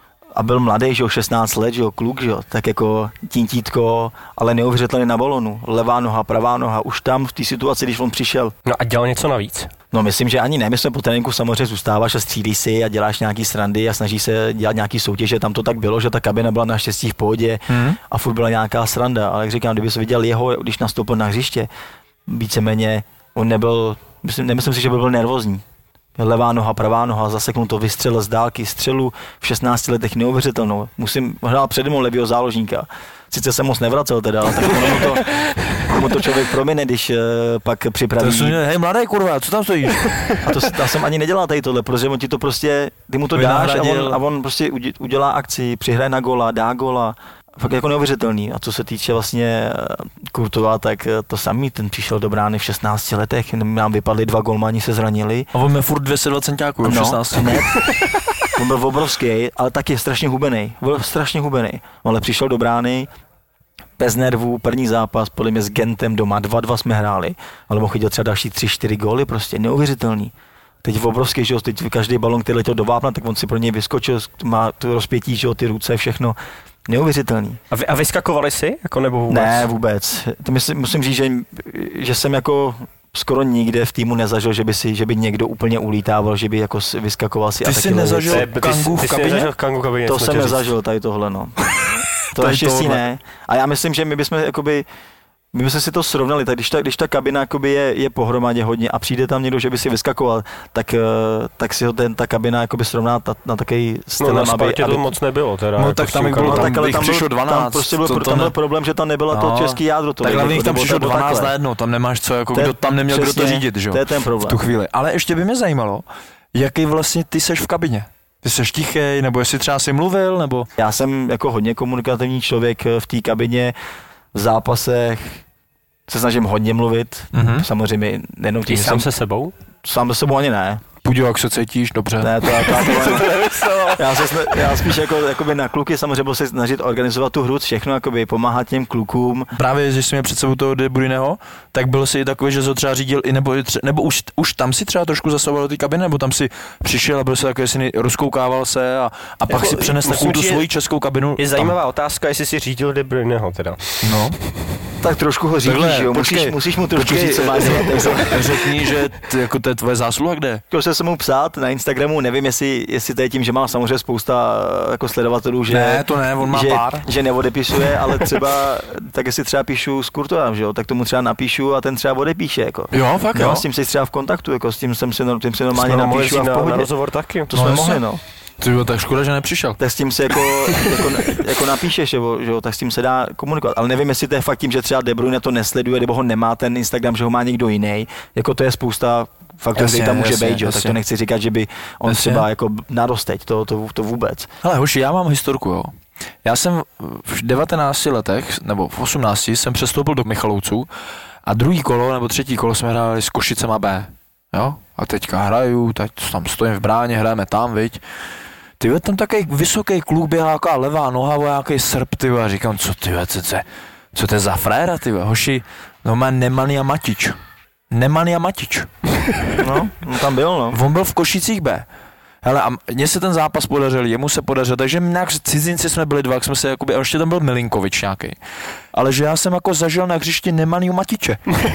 a byl mladý, že jo, šestnáct let, že jo, kluk, že jo, tak jako tintítko, ale neuvěřitelný na balonu, levá noha, pravá noha, už tam v té situaci, když on přišel. No a dělal něco navíc? No myslím, že ani ne, my jsme po tréninku samozřejmě zůstáváš a střílíš si a děláš nějaký srandy a snažíš se dělat nějaký soutěže, tam to tak bylo, že ta kabina byla naštěstí v pohodě hmm. a furt byla nějaká sranda, ale jak říkám, kdyby se viděl jeho, když nastoupil na hřiště, víceméně on nebyl, myslím, nemyslím si, že by byl nervózní. Levá noha, pravá noha, zaseknul to, vystřelil z dálky, střelu v šestnácti letech neuvěřitelnou. Musím hrát přede mnou levýho záložníka. Sice jsem moc nevracel teda, ale tak mu to, mu to člověk promine, když uh, pak připraví. To je, hej mladé kurva, co tam stojíš? A to já jsem ani nedělal tady tohle, protože on ti to prostě, ty mu to dáš a on, a on prostě udělá akci, přihraje na gola, dá gola. Fakt jako neuvěřitelný. A co se týče vlastně Courtois, tak to samý, ten přišel do brány v šestnácti letech, nám vypadli dva golmani, se zranili. A on je furt dvě stě dvacet centiáků v šestnácti. Ne, on byl obrovský, ale taky strašně hubený. Byl strašně hubený. Ale přišel do brány, bez nervů, první zápas, podle mě s Gentem doma, dva dva jsme hráli, ale mohl chytil třeba další tři čtyři góly, prostě neuvěřitelný. Teď v obrovský, že jo, teď každý balon, který letěl do vápna, tak on si pro něj vyskočil, má tu rozpětí, že jo, ty ruce, všechno. Neuvěřitelný. A, vy, a vyskakovali si? Jako nebo vůbec? Ne, vůbec. To myslím, musím říct, že, že jsem jako skoro nikde v týmu nezažil, že by, si, že by někdo úplně ulítával, že by jako vyskakoval si. Ty a jsi nezažil Kangu v kabině? kabině? To jsem nezažil, tady tohle, no. To naštěstí ne. A já myslím, že my bychom jakoby My bychom si to srovnali, tak když ta, když ta kabina jakoby je, je pohromadě hodně a přijde tam někdo, že by si vyskakoval, tak, tak si ho ten, ta kabina jakoby srovná ta, na takový stylem, no, na aby... to aby... moc nebylo teda. No jako tak tam bylo, tam, tam, tam přišlo dvanáct. Tam prostě byl, tam byl problém, že tam nebylo no, to český jádro. To tak hlavně tam přišlo dvanáct najednou, tam nemáš co, jako kdo, tam neměl přesně, kdo to řídit, že jo? To je ten problém. V tu chvíli. Ale ještě by mě zajímalo, jaký vlastně ty seš v kabině. Ty seš tichej, nebo jestli třeba si mluvil, nebo... Já jsem jako hodně komunikativní člověk v té kabině. v zápasech se snažím hodně mluvit, mm-hmm. samozřejmě nejenom tím, že sám jsem se sebou? Sám se sebou ani ne. Puďo, jak se cítíš, dobře. Ne, to, to, to, to já, se, já spíš jako, jakoby na kluky samozřejmě budu se snažit organizovat tu hru, všechno, jakoby pomáhat těm klukům. Právě, že jsi měl před sebou toho De Bruyneho, tak byl jsi takový, že to třeba řídil i nebo, nebo už, už tam si třeba trošku zasahoval do té kabiny, nebo tam si přišel a byl si takový, si rozkoukával se a, a pak jako, si přenes takovou tu svoji českou kabinu. Je zajímavá tam. Otázka, jestli si řídil De Bruyneho teda. No. Tak trošku ho řídíš, jo, musíš, musíš mu trošku říct, co má dělat. Řekni, že t, jako to je tvoje zásluha, kde? Chtěl jsem se mu psát na Instagramu, nevím, jestli, jestli to je tím, že má samozřejmě spousta jako sledovatelů, že, ne, to ne, on má že, pár. že neodepisuje, ale třeba, tak jestli třeba píšu s Kurtovem, že jo, tak tomu třeba napíšu a ten třeba odepíše, jako. Jo, fakt jo. jo. S tím jsi třeba v kontaktu, jako s tím jsem si, tím si normálně jsme napíšu a v pohodě. Na rozhovor taky. To no, jsme mohli, no. Tyjo, tak škoda, že nepřišel. Tak s tím se jako, jako, jako napíšeš, že jo, tak s tím se dá komunikovat. Ale nevím, jestli to je fakt tím, že třeba De Bruyne to nesleduje, nebo ho nemá ten Instagram, že ho má někdo jiný. Jako to je spousta faktorů, který tam může být, tak to nechci říkat, že by on jasně. třeba jako narosteď, to, to, to vůbec. Hele hoši, já mám historku, jo. Já jsem v devatenácti letech, nebo v osmnácti jsem přestoupil do Michalovců a druhý kolo, nebo třetí kolo jsme hráli s Košicema B. Jo? A teďka hraju, teď tam stojím v bráně, hrajeme tam, viď. Ty tam takový vysoký kluk běhá, jaká levá noha, nějaký srp, ty a říkám, co ty co, co, co to je za fréra, ty hoši, no má Nemanja Matič. Nemanja Matič. No, on tam byl, no. On byl v Košicích B. Hele, a mně se ten zápas podařil, jemu se podařil, takže nějak cizinci jsme byli dva, jak jsme se jakoby, a ještě tam byl Milinkovič nějaký. Ale že já jsem jako zažil na hřišti Nemanju Matiče.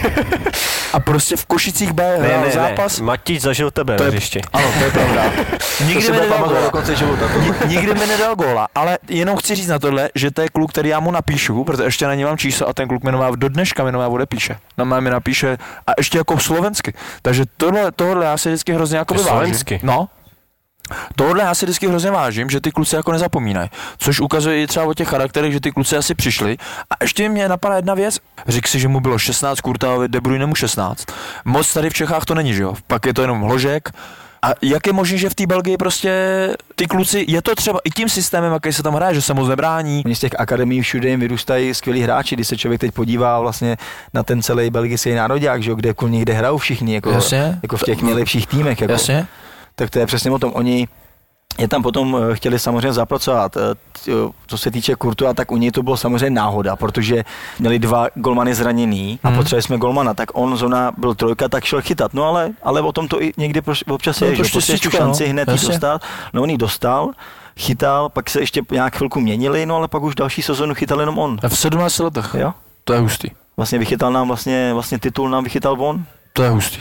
A prostě v Košicích B hrál ne, ne, zápas. Ne. Matič zažil tebe to na je, hřišti. Ano, to je pravda. Nikdy mi nedal góla. Do konce života. Nikdy mi nedal góla, ale jenom chci říct na tohle, že to je kluk, který já mu napíšu, protože ještě na něj mám číslo a ten kluk mi nová, do dneška mi nová odepíše. Na mě mi napíše a ještě jako slovensky. Takže tohle, tohle já si vždycky hrozně jako vážím. Slovensky? No. Tohle já si vždycky hrozně vážím, že ty kluci jako nezapomínají. Což ukazuje i třeba o těch charakterech, že ty kluci asi přišli. A ještě mě napadá jedna věc. Řekl si, že mu bylo šestnáct, Kurtávovi, De Bruyne mu šestnáct. Moc tady v Čechách to není, že jo? Pak je to jenom Hložek. A jak je možné, že v té Belgii prostě ty kluci, je to třeba i tím systémem, jaký se tam hraje, že se moc nebrání. Oni z těch akademií všude jim vyrůstají skvělí hráči, když se člověk teď podívá vlastně na ten celý belgický nároďák, že jo, kde někde hrajou všichni, jako, jako v těch nejlepších týmech. Jako. Jasně. Tak to je přesně o tom. Oni je tam potom chtěli samozřejmě zapracovat. Co se týče Kurtu, a tak u něj to bylo samozřejmě náhoda, protože měli dva golmany zraněný a hmm. potřebovali jsme golmana, tak on zóna byl trojka, tak šel chytat. No ale, ale o tom to i někdy občas je, že potřebuješ tu šanci no. hned ji dostat. No on ji dostal, chytal, pak se ještě nějak chvilku měnili, no ale pak už další sezonu chytal jenom on. A v sedmnácti letech? Jo. To je hustý. Vlastně vychytal nám vlastně, vlastně titul nám vychytal on. To je hustý.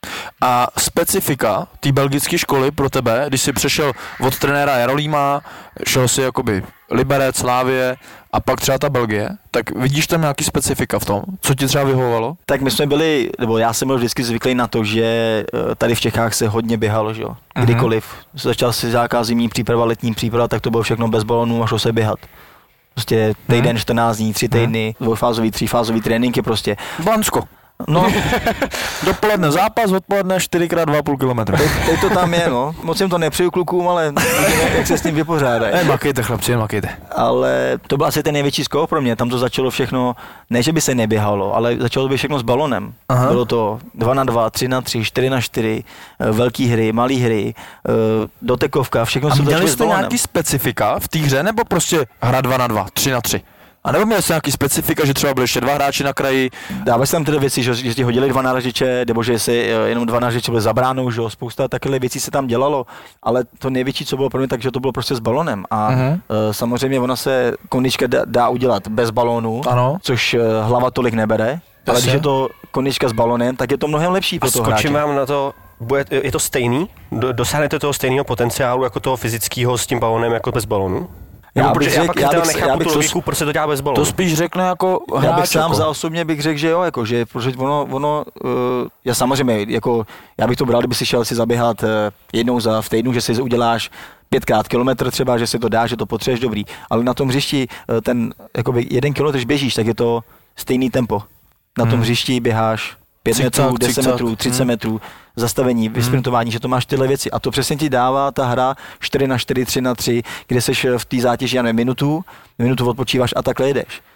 A specifika té belgické školy pro tebe, když jsi přešel od trenéra Jarolíma, šel si jakoby Liberec, Slávie a pak třeba ta Belgie, tak vidíš tam nějaký specifika v tom, co ti třeba vyhovovalo? Tak my jsme byli, nebo já jsem byl vždycky zvyklý na to, že tady v Čechách se hodně běhalo, že jo, kdykoliv. Mm-hmm. Začal si nějaká zimní příprava, letní příprava, tak to bylo všechno bez balonů a šlo se běhat. Prostě týden, čtrnáct dní, tři týdny, dvojfázový, třífázový tréninky prostě. Bansko. No, dopoledne zápas, odpoledne čtyřikrát dva a půl kilometru. Teď, teď to tam je, no. Moc jim to nepřeju klukům, ale jak se s tím vypořádají. Ne, makejte chlapci, makejte. Ale to byl asi ten největší skok pro mě, tam to začalo všechno, ne že by se neběhalo, ale začalo to být všechno s balonem. Aha. Bylo to dva na dva, tři na tři, čtyři na čtyři, velký hry, malý hry, dotekovka, všechno se začalo s balonem. A měli jste nějaký specifika v té hře, nebo prostě hra dva na dva, tři na tři? A nebo měl jsi nějaký specifika, že třeba byli ještě dva hráči na kraji? Dávají se tam tyhle věci, že, že ti hodili dva náražiče, nebo že si jenom dva náražiče byly za bránou, že spousta takových věcí se tam dělalo, ale to největší, co bylo pro mě, takže to bylo prostě s balonem. A uh-huh. uh, samozřejmě ona se konička dá, dá udělat bez balónu, ano. Což uh, hlava tolik nebere, Jasně. ale když je to konička s balonem, tak je to mnohem lepší pro toho hráče. A skočím vám na to, bude, je to stejný? Dosáhnete toho stejného potenciálu jako toho fyzického s tím balonem jako bez balónu? Já bych řekl, já pak já bych, nechápu já bych tu logiku, proč se to dělá bez balónu. To spíš řekne jako hráč. Já bych sám jako. za osobně bych řekl, že jo, jako, že protože ono, ono uh, já samozřejmě, jako, já bych to bral, kdyby si šel si zaběhat uh, jednou za v týdnu, že si uděláš pětkrát kilometr třeba, že si to dá, že to potřebuješ, dobrý, ale na tom hřišti uh, ten, jakoby jeden kilometr, když běžíš, tak je to stejný tempo. Na tom hmm. hřišti běháš pět metrů, deset metrů, třicet hmm. metrů, zastavení, vysprintování, hmm. že to máš tyhle věci. A to přesně ti dává ta hra čtyři na čtyři, tři na tři, kde seš v té zátěži, já nevím, minutu, minutu odpočíváš a takhle jedeš.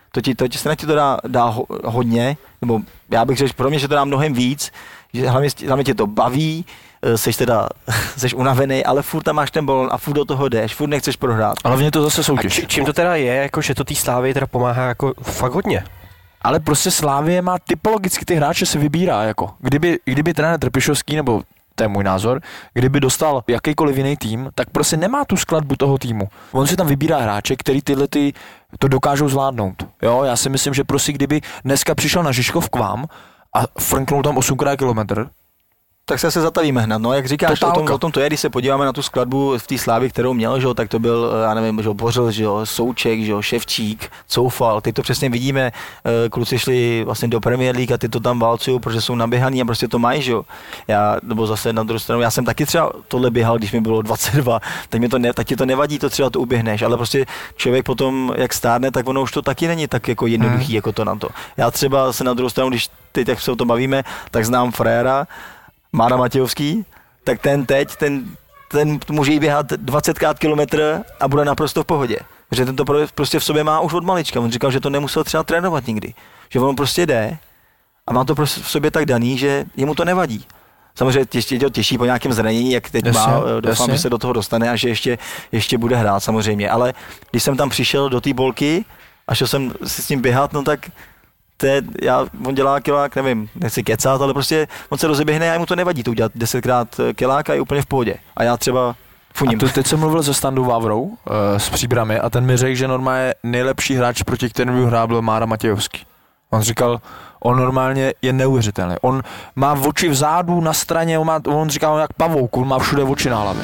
To ti, to ti se na ti to dá, dá ho, hodně, nebo já bych řekl, pro mě, že to dá mnohem víc, že hlavně, hlavně tě to baví, seš teda, seš unavený, ale furt tam máš ten balon a furt do toho jdeš, furt nechceš prohrát. Ale hlavně to zase soutěž. Či, čím to teda je, jako, že to té Slávii teda pomáhá jako fakt hodně? Ale prostě Slávie má typologicky ty hráče si vybírá, jako. Kdyby, kdyby trenér Trpišovský, nebo to je můj názor, kdyby dostal jakýkoliv jiný tým, tak prostě nemá tu skladbu toho týmu. On si tam vybírá hráče, který tyhle ty to dokážou zvládnout. Jo, já si myslím, že prostě kdyby dneska přišel na Žižkov k vám a frnknul tam osmkrát kilometr, tak se asi zatavíme hned. No, jak říkáš, o tom, o tom to je, když se podíváme na tu skladbu v té Slávii, kterou měl, že jo, tak to byl, já nevím, že jo, Bořil, že jo, Souček, že jo, Ševčík, Coufal, teď to přesně vidíme, kluci šli vlastně do Premier League a ty to tam válcují, protože jsou naběhaný a prostě to mají, že jo. Já, nebo zase na druhou stranu, já jsem taky třeba tohle běhal, když mi bylo dvacet dva, tak, mi to ne, tak ti to nevadí, to třeba to uběhneš, ale prostě člověk potom, jak stárne, tak ono už to taky není tak jako jednoduchý, hmm. jako to na to. Já třeba se na druhou stranu, když teď jak se o tom bavíme, tak znám Frejera, Mára Matějovský, tak ten teď, ten, ten může jí běhat dvacetkrát kilometr a bude naprosto v pohodě. Že ten to prostě v sobě má už od malička. On říkal, že to nemusel třeba trénovat nikdy. Že on prostě jde a má to prostě v sobě tak daný, že jemu to nevadí. Samozřejmě těžší, to těší po nějakém zranění, jak teď jasně, má, doufám, jasně. že se do toho dostane a že ještě, ještě bude hrát samozřejmě. Ale když jsem tam přišel do té bolky a šel jsem si s ním běhat, no tak Te, já, on dělá kilák, nevím, nechci kecat, ale prostě on se rozeběhne a mu to nevadí to udělat desetkrát kilák a je úplně v pohodě. A já třeba funím. A tu, teď jsem mluvil se Standou Vávrou uh, s Příbrami a ten mi řekl, že normálně nejlepší hráč, proti kterému hrál, byl Mára Matějovský. On říkal, on normálně je neuvěřitelný. On má oči vzadu, na straně, on, má, on říkal, on jak pavouk, on má všude oči na hlavě.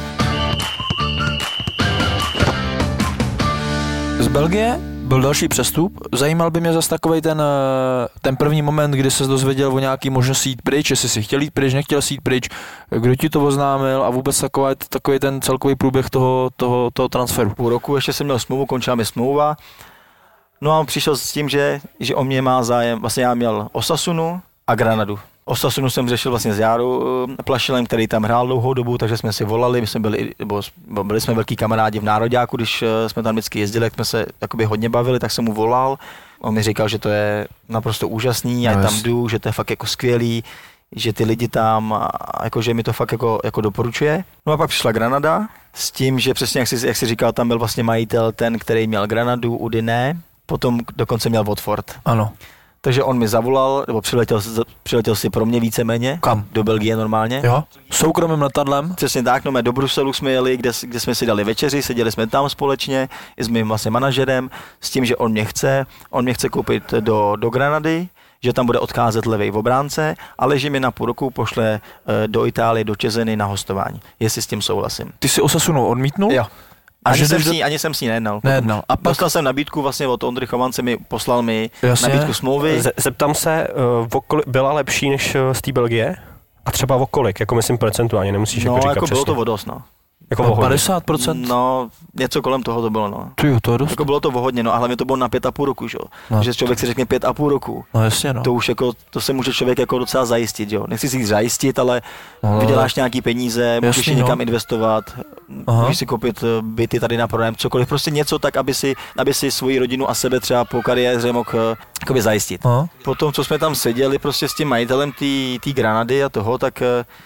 Z Belgie byl další přestup. Zajímal by mě zase takovej ten, ten první moment, kdy se dozvěděl o nějaký možnosti jít pryč, jestli si chtěl jít pryč, nechtěl si jít pryč, kdo ti to oznámil a vůbec takový, takový ten celkový průběh toho, toho, toho transferu. Půl roku ještě jsem měl smlouvu, končila mi smlouva. No a on přišel s tím, že, že o mě má zájem, vlastně já měl Osasunu a Granadu. Osasunu jsem řešil vlastně s Járou Plašilem, který tam hrál dlouhou dobu, takže jsme si volali, my jsme byli, nebo byli jsme velký kamarádi v Nároďáku, když jsme tam vždycky jezdili, jak jsme se jakoby hodně bavili, tak jsem mu volal. On mi říkal, že to je naprosto úžasný, já no tam jdu, že to je fakt jako skvělý, že ty lidi tam, a jako, že mi to fakt jako, jako doporučuje. No a pak přišla Granada s tím, že přesně jak jsi, jak jsi říkal, tam byl vlastně majitel ten, který měl Granadu, Udine, potom dokonce měl Watford. Ano. Takže on mi zavolal, nebo přiletěl, přiletěl si pro mě víceméně. Kam? Do Belgie normálně. Jo, soukromým letadlem. Přesně tak, no my do Bruselu jsme jeli, kde, kde jsme si dali večeři, seděli jsme tam společně i s mým vlastně manažerem, s tím, že on mě chce, on mě chce koupit do, do Granady, že tam bude odcházet levej v obránce, ale že mi na půl roku pošle do Itálie, do Ceseny na hostování, jestli s tím souhlasím. Ty jsi Osasunu odmítnul? Jo. Ani, že jsem do... ní, ani jsem s ní nejednal. Nejednal. A pak... Dostal jsem nabídku vlastně od Ondry Chovance, mi poslal mi jasně. nabídku smlouvy. Zeptám se, uh, byla lepší než z té Belgie? A třeba o kolik? Jako myslím procentuálně, nemusíš no, jako říkat jako přesně. bylo to o dost, no. Jako no, padesát procent? No, něco kolem toho to bylo, no. Ty jo, to je dost. Jako bylo to o hodně, no a hlavně to bylo na pět a půl roku, že jo. No. Že člověk si řekne pět a půl roku. No jasně, no. To už jako, to se může člověk jako docela zajistit, jo. Nechci si jich zajistit, ale no, vyděláš nějaký peníze, můžeš jasný, někam no. investovat, aha. můžeš si koupit byty tady na pronájem, cokoliv, prostě něco tak, aby si, aby si svoji rodinu a sebe třeba po kariéře mohl jakoby zajistit. Aha. Potom, co jsme tam seděli prostě s tím majitelem té Granady a toho, tak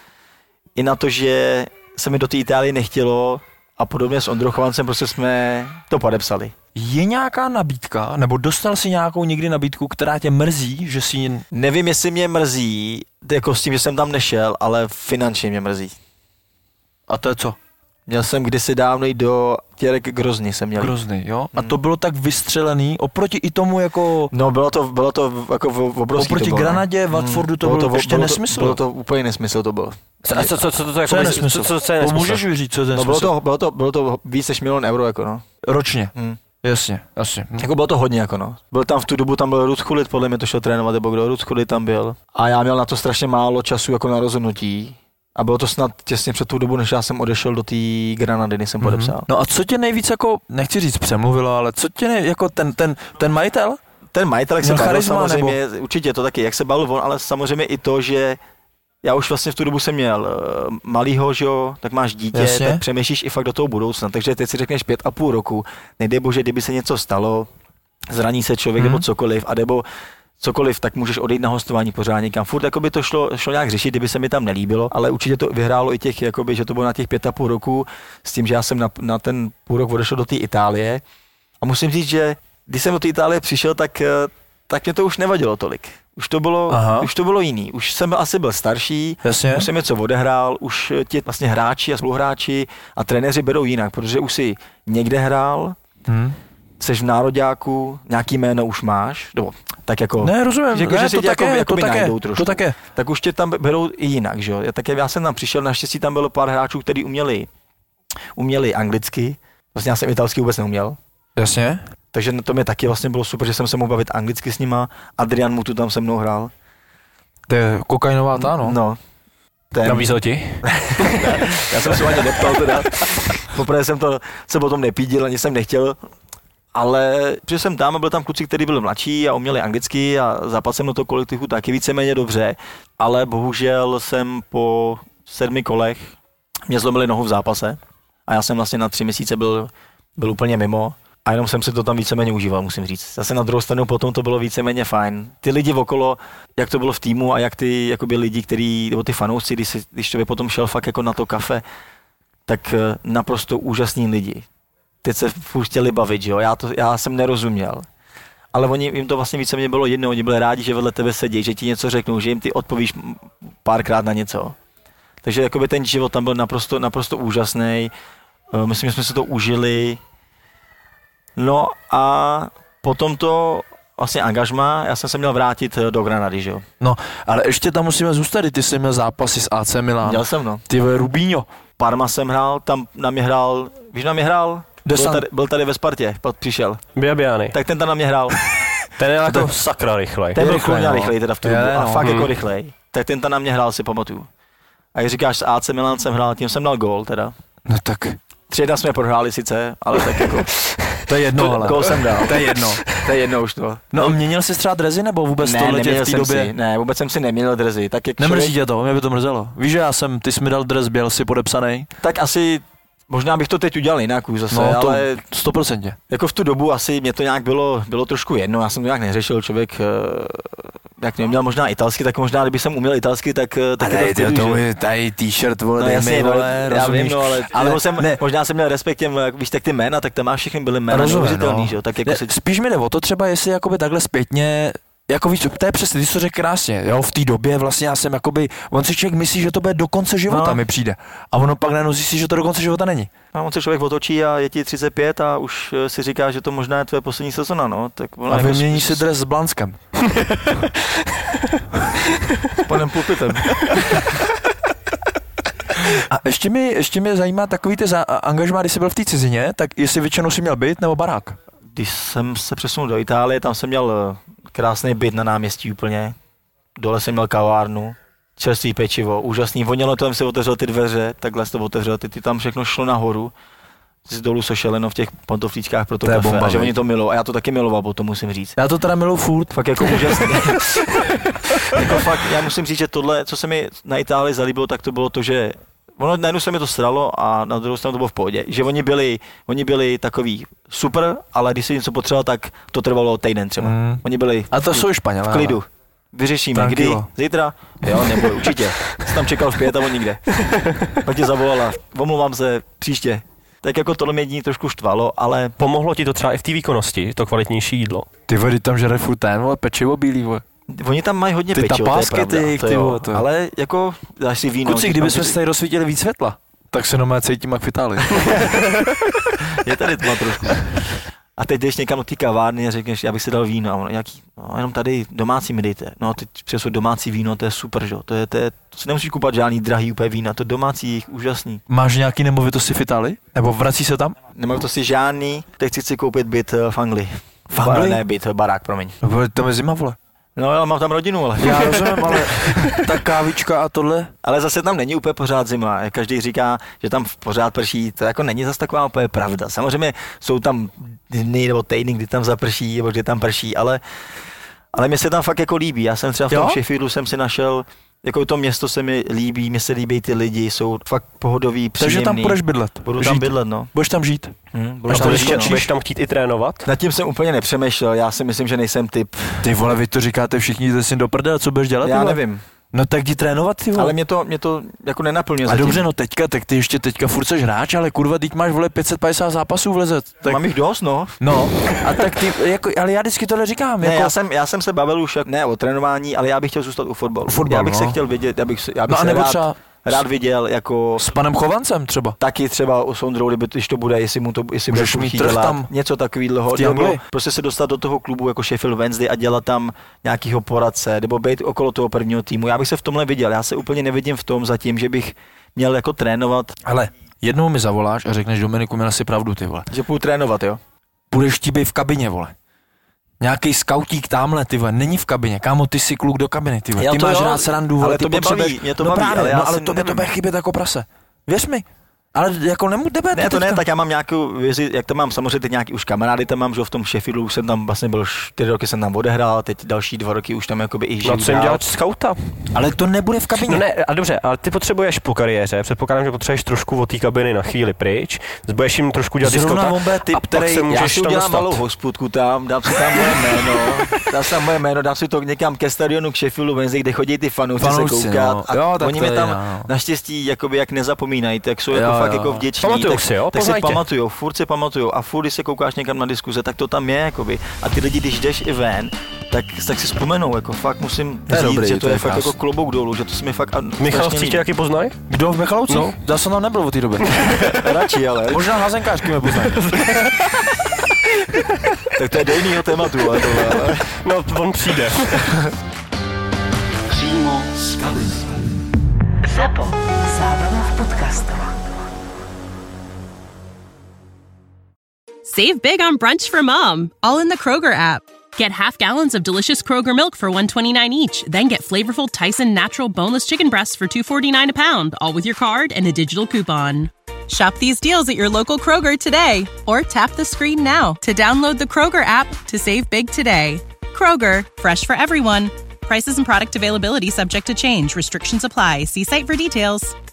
i na to, že se mi do té Itálie nechtělo, a podobně s Ondrou Chovancem prostě jsme to podepsali. Je nějaká nabídka, nebo dostal jsi nějakou někdy nabídku, která tě mrzí, že si jen... Nevím, jestli mě mrzí, jako s tím, že jsem tam nešel, ale finančně mě mrzí. A to je co? Měl jsem kdysi dávno jít do Těrek Grozny jsem měl. Grozny, jo? A to bylo tak vystřelený, oproti i tomu jako... No bylo to, bylo to jako obrovský. Oproti to bylo, Granadě, no. Watfordu to bylo, bylo to ještě bylo nesmysl. To, bylo to úplně nesmysl, to bylo. A co, co, co, co to jako co je nesmysl? Co, co, co je nesmysl? To můžeš vyříct, co je nesmysl? No bylo to, bylo to, bylo to víc než milion euro, jako no. Ročně? Hmm. Jasně, jasně. Hm. Jako bylo to hodně, jako no. Byl tam v tu dobu, tam byl Ruth Chulit, podle mě to šel trénovat, nebo kdo Ruth Chulit tam byl. A já měl na to strašně málo času jako na rozhodnutí. A bylo to snad těsně před tu dobu, než já jsem odešel do té Granady, než jsem mm-hmm. podepsal. No a co tě nejvíc jako, nechci říct přemluvilo, ale co tě nej, jako ten, ten, ten majitel? Ten majitel, jak se bavil charisma, samozřejmě, nebo... určitě to taky, jak se bavil on, ale samozřejmě i to, že já už vlastně v tu dobu jsem měl uh, malýho, že jo, tak máš dítě, jasně. Tak přemýšlíš i fakt do toho budoucna, takže teď si řekneš pět a půl roku, nejdej bože, kdyby se něco stalo, zraní se člověk hmm. nebo cokoliv, a nebo cokoliv, tak můžeš odejít na hostování pořád někam. Furt jakoby to šlo, šlo nějak řešit, kdyby se mi tam nelíbilo, ale určitě to vyhrálo i těch, jakoby, že to bylo na těch pět a půl roku, s tím, že já jsem na, na ten půl rok odešel do té Itálie. A musím říct, že když jsem do té Itálie přišel, tak, tak mě to už nevadilo tolik. Už to bylo, už to bylo jiný. Už jsem asi byl starší, Jasně. už jsem něco odehrál, už ti vlastně hráči a spoluhráči a trenéři berou jinak, protože už si někde hrál, hmm. seš v nároďáku, nějaký jméno už máš, nebo tak jako... Ne, rozumím, že, ne, že to, tě také, jako, to, také, trošku, to také. Tak už tě tam berou i jinak, že jo. Já, také, já jsem tam přišel, naštěstí tam bylo pár hráčů, kteří uměli, uměli anglicky, vlastně já jsem italsky vůbec neuměl. Jasně. Takže to mě taky vlastně bylo super, že jsem se mohl bavit anglicky s nima. Adrian Mutu tam se mnou hrál. To je kokainová ta, no. No. Ten... Nabízel ti? Já jsem se ani neptal teda. Poprvé jsem to se potom nepídil, ani jsem nechtěl. Ale protože jsem tam a byl tam kluci, kteří byli mladší a uměli anglicky a zápas jsem do toho kolektivu taky víceméně dobře. Ale bohužel jsem po sedmi kolech mě zlomili nohu v zápase. A já jsem vlastně na tři měsíce byl, byl úplně mimo. A jenom jsem si to tam víceméně užíval, musím říct. Zase na druhou stranu potom to bylo víceméně fajn. Ty lidi okolo, jak to bylo v týmu a jak ty jakoby lidi, který, nebo ty fanoušci, když, si, když člověk potom šel fakt jako na to kafe, tak naprosto úžasní lidi. Teď se furt chtěli bavit, že jo, já, to, já jsem nerozuměl. Ale oni, jim to vlastně víceméně bylo jedno, oni byli rádi, že vedle tebe sedí, že ti něco řeknou, že jim ty odpovíš párkrát na něco. Takže jakoby ten život tam byl naprosto, naprosto úžasný. Myslím, že jsme se to užili. No a potom to vlastně angažma, já jsem se měl vrátit do Granady, že jo. No, ale ještě tam musíme zůstat, ty jsi měl zápasy s A C Milan. Měl jsem, no. Ty vole, Rubinho. Parma jsem hrál, tam na mě hrál, víš, na mě hrál? Byl tady, byl tady ve Spartě, pak přišel. Biabiany. Tak ten tam na mě hrál. Ten je jako sakra rychlej. Ten byl rychlej, no. rychlej teda v tu dobu a no. fakt hmm. jako rychlej. Tak ten tam na mě hrál, si pamatuju. A když říkáš s A C Milan jsem hrál, tím jsem dal gól teda. No tak. tři jedna jsme prohráli sice, ale tak jako... To je jedno, ale. Gól jsem dal. To je jedno. To je jedno už to. No a měnil jsi třeba dresy, nebo vůbec ne, tohle tě v té době? Si, ne, vůbec jsem si neměnil dresy. Tak jak Nemrzí člověk... tě to, mě by to mrzelo. Víš, že já jsem, ty jsi mi dal dres, byl si podepsaný. Tak asi, možná bych to teď udělal jinak už zase, no, to ale... sto procent. Jako v tu dobu asi mě to nějak bylo, bylo trošku jedno, já jsem to nějak neřešil, člověk... Jak neměl možná italsky, tak možná, kdyby jsem uměl italsky, tak... tak ale je to je tady t-shirt, vole, no, dej jasně, mi, no, vole, já rozumíš. vím, no, ale, ale jsem, ne. možná jsem měl respekt těm, víš, tak ty jména, tak tam máš všechny byly jména neuvěřitelný, že jo, tak jako ne, si... Spíš mi jde o to třeba, jestli jakoby takhle zpětně, jako víš, to je přesně, ty jsi to řekl krásně, jo, v té době vlastně já jsem jakoby, on si člověk myslí, že to bude do konce života no. mi přijde, a ono pak najednou zjistí, že to do konce života není. A on se člověk otočí a je ti třicet pět a už si říká, že to možná je tvoje poslední sezona, no, tak... A vyměníš si dres s Blanskem. S panem Pulpitem. A ještě mi, ještě mě zajímá takový ty angažmá, když jsi byl v té cizině, tak jestli většinou si měl byt nebo barák? Když jsem se přesunul do Itálie, tam jsem měl krásný byt na náměstí úplně. Dole jsem měl kavárnu, čerstvý pečivo, úžasný. Vonělo to, jsem si otevřel ty dveře, takhle jsi to otevřel, ty, ty tam všechno šlo nahoru. Z dolů sošeleno v těch pantoflíčkách pro to, to kafe bomba, a že oni to milují. A já to taky miloval, potom musím říct. Já to teda miluji furt. Fakt jako úžasný. Jako fakt, já musím říct, že tohle, co se mi na Itálii zalíbilo, tak to bylo to, že ono na jednu se mi to sralo a na druhou stranu to bylo v pohodě. Že oni byli, oni byli takový super, ale když si něco potřeboval, tak to trvalo týden třeba. Mm. Oni byli a to jsou Španělé. V klidu. Vyřešíme. Kdy? Zítra? Jo, nebo určitě. Jsi tam čekal v pět a on nikde. Pak tě zavolala. Omlouvám se, příště. Tak jako tohle mě dní trošku štvalo, ale... Pomohlo ti to třeba i v té výkonnosti, to kvalitnější jídlo? Ty vody tam žere furt ten, vole, pečivo bílý, vole. Oni tam mají hodně ty pečivo, tapásky, to je pravda, ty, to ty, jo, vole, to. Ale jako dáš si víno... Kuci, kdyby jsme si tady rozsvítili víc světla, tak se nomé cítím jak v Itálii. Je tady tma trošku. A teď jdeš někam do té kavárny a řekneš, já bych si dal víno. A ono, jaký? No, jenom tady domácí mi dejte. No, teď přesud domácí víno, to je super, že? To je, to je, to si nemusíš kupovat žádný drahý úplně vína, to domácí je úžasný. Máš nějaký nemovitosti v Itálii? Nebo vrací se tam? Nemovitosti žádný, teď chci si koupit byt v Anglii. V Anglii? Ne, byt, barák, promiň. No, to je zima, vole. No, ale mám tam rodinu, ale. Já rozumím, ale ta kávička a tohle. Ale zase tam není úplně pořád zima. Každý říká, že tam pořád prší, to jako není zase taková úplně pravda. Samozřejmě jsou tam dny nebo týdny, kdy tam zaprší, nebo kdy tam prší, ale, ale mě se tam fakt jako líbí. Já jsem třeba v tom Sheffieldu jsem si našel Jako to město se mi líbí, mě se líbí ty lidi, jsou fakt pohodoví, příjemný. Takže tam budeš bydlet. Budu tam bydlet, no. Budeš tam žít. Hmm, budeš tam, žít, no. Budeš tam chtít i trénovat? Nad tím jsem úplně nepřemýšlel, já si myslím, že nejsem typ. Ty vole, vy to říkáte všichni, jsi do prdele, co budeš dělat? Já nevím. No tak jdi trénovat, ty vole. Ale mě to, mě to jako nenaplňuje. A dobře, no teďka, tak ty ještě teďka furt seš hráč, ale kurva, teď máš vole pět set padesát zápasů vlezet. Tak... Mám jich dost, no. No, a tak ty, jako, ale já vždycky tohle říkám. Ne, jako... já, jsem, já jsem se bavil už, ne o trénování, ale já bych chtěl zůstat u fotbalu. Fotbal, já bych no. se chtěl vidět, já bych, já bych no, se rád, třeba... rád viděl jako... S panem Chovancem třeba. Taky třeba u Sondrou, kdyby, když to bude, jestli mu to jestli bude mít trh dělat, tam něco takového. Nebo prostě se dostat do toho klubu jako Sheffield Wednesday a dělat tam nějakýho poradce, nebo být okolo toho prvního týmu. Já bych se v tomhle viděl. Já se úplně nevidím v tom zatím, že bych měl jako trénovat. Ale jednou mi zavoláš a řekneš, Dominiku, měl si pravdu, ty vole. Že půjdu trénovat, jo? Budeš ti být v kabině, vole. Nějaký skautík tamhle, ty vole, není v kabině. Kámo, ty jsi kluk do kabiny, ty vole. Ty máš jo, rád srandu, vole, ale ty to mě baví, mě to no baví, právě, ale, já no, ale si to by to bude chybět jako prase. Věř mi. Ale jako nemůžu tebe. Ne, to ne, tak já mám nějakou vězi, jak tam mám samozřejmě teď nějaký už kamarády, tam mám, že v tom Sheffieldu už jsem tam vlastně byl čtyři roky jsem tam odehrál, teď další dva roky už tam jakoby i žiju. No co jim dělat skauta? Ale to nebude v kabině. No ne, a dobře, ale ty potřebuješ po kariéře, předpokládám, že potřebuješ trošku od té kabiny na chvíli pryč, budeš jim trošku dělat skauta typ, a pak se můžeš já si udělám malou hospodku tam, dám si tam moje jméno, dám si tam moje jméno, dám si to někam ke stadionu k Sheffieldu Wednesday, kde chodí ty fanoušci se koukat no. a jo, oni mě tam já, naštěstí jakoby jak nezapomínají, tak jsou jako fakt jako vděční. Tak, si, jo, tak si pamatujou, furt si pamatujou a furt, když se koukáš někam na diskuze, tak to tam je, jakoby. A ty lidi, když jdeš i ven, tak, tak si vzpomenou, jako fakt musím říct, dobrý, že to, to je, je fakt jako klobouk dolů, že to si mi fakt... Michalovci tě jaký poznají? Kdo v Michalovcích? No. Já jsem tam nebyl v té době. Radši, ale... Možná házenkářky mě poznají. Tak to je do jiného tématu, ale tohle, ale... No, on přijde. Přímo z kabiny. Zapo. Zábrná v podcastu. Save big on brunch for mom, all in the Kroger app. Get half gallons of delicious Kroger milk for one twenty-nine each, then get flavorful Tyson natural boneless chicken breasts for two forty-nine a pound, all with your card and a digital coupon. Shop these deals at your local Kroger today, or tap the screen now to download the Kroger app to save big today. Kroger, fresh for everyone. Prices and product availability subject to change. Restrictions apply. See site for details.